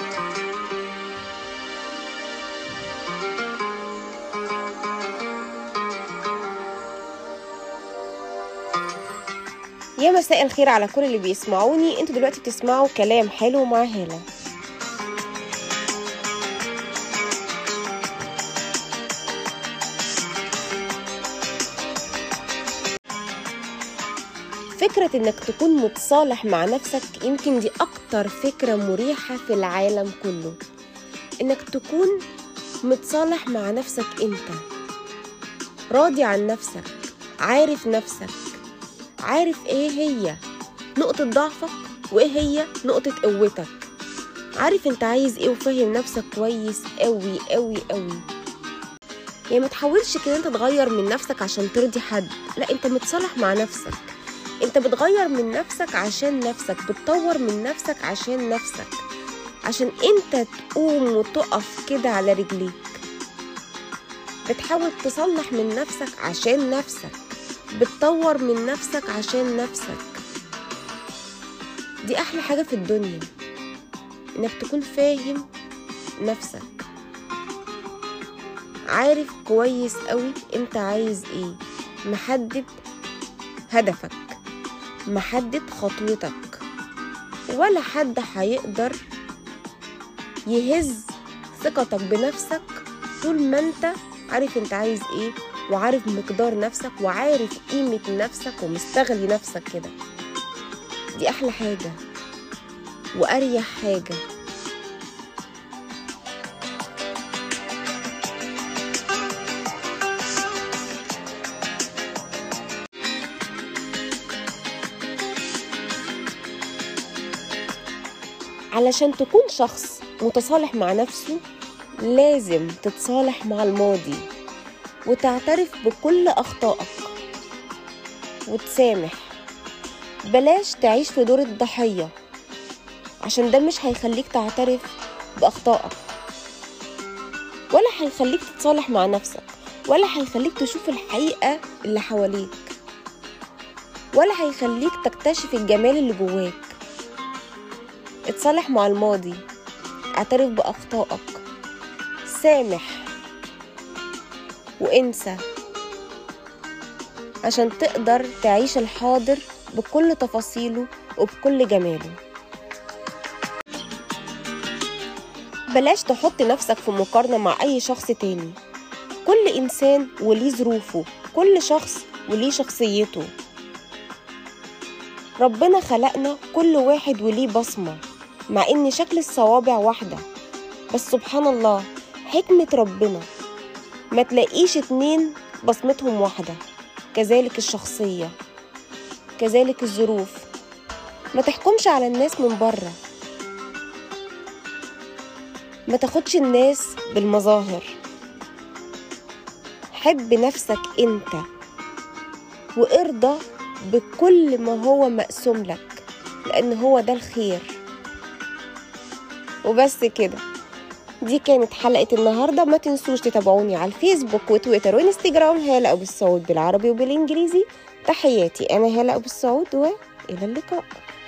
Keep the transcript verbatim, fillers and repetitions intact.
يا مساء الخير على كل اللي بيسمعوني. انتوا دلوقتي بتسمعوا كلام حلو مع هالة. فكرة انك تكون متصالح مع نفسك يمكن دي اكتر فكرة مريحة في العالم كله. انك تكون متصالح مع نفسك، انت راضي عن نفسك، عارف نفسك، عارف ايه هي نقطة ضعفك وايه هي نقطة قوتك، عارف انت عايز ايه وفاهم نفسك كويس قوي قوي قوي. يعني ما تحاولش كده انت تغير من نفسك عشان ترضي حد، لا، انت متصالح مع نفسك، انت بتغير من نفسك عشان نفسك، بتطور من نفسك عشان نفسك، عشان انت تقوم وتقف كده على رجليك، بتحاول تصلح من نفسك عشان نفسك، بتطور من نفسك عشان نفسك. دي احلى حاجة في الدنيا، انك تكون فاهم نفسك، عارف كويس قوي انت عايز ايه، محدد هدفك، محدد خطوتك، ولا حد هيقدر يهز ثقتك بنفسك طول ما انت عارف انت عايز ايه، وعارف مقدار نفسك، وعارف قيمة نفسك، ومستغلي نفسك كده. دي احلى حاجة واريح حاجة. علشان تكون شخص متصالح مع نفسه لازم تتصالح مع الماضي، وتعترف بكل أخطائك وتسامح. بلاش تعيش في دور الضحية، عشان ده مش هيخليك تعترف بأخطائك، ولا هيخليك تتصالح مع نفسك، ولا هيخليك تشوف الحقيقة اللي حواليك، ولا هيخليك تكتشف الجمال اللي جواك. اتصالح مع الماضي، اعترف بأخطائك، سامح وانسى، عشان تقدر تعيش الحاضر بكل تفاصيله وبكل جماله. بلاش تحط نفسك في مقارنة مع أي شخص تاني. كل إنسان وليه ظروفه، كل شخص وليه شخصيته. ربنا خلقنا كل واحد وليه بصمة، مع إن شكل الصوابع واحدة، بس سبحان الله حكمة ربنا ما تلاقيش اتنين بصمتهم واحدة. كذلك الشخصية، كذلك الظروف. ما تحكمش على الناس من بره، ما تاخدش الناس بالمظاهر. حب نفسك انت، وارضى بكل ما هو مقسوم لك، لأن هو ده الخير. وبس كده، دي كانت حلقة النهاردة. ما تنسوش تتابعوني على الفيسبوك وتويتر وانستجرام، هالة أبو السعود بالعربي وبالإنجليزي. تحياتي، أنا هالة أبو السعود، وإلى اللقاء.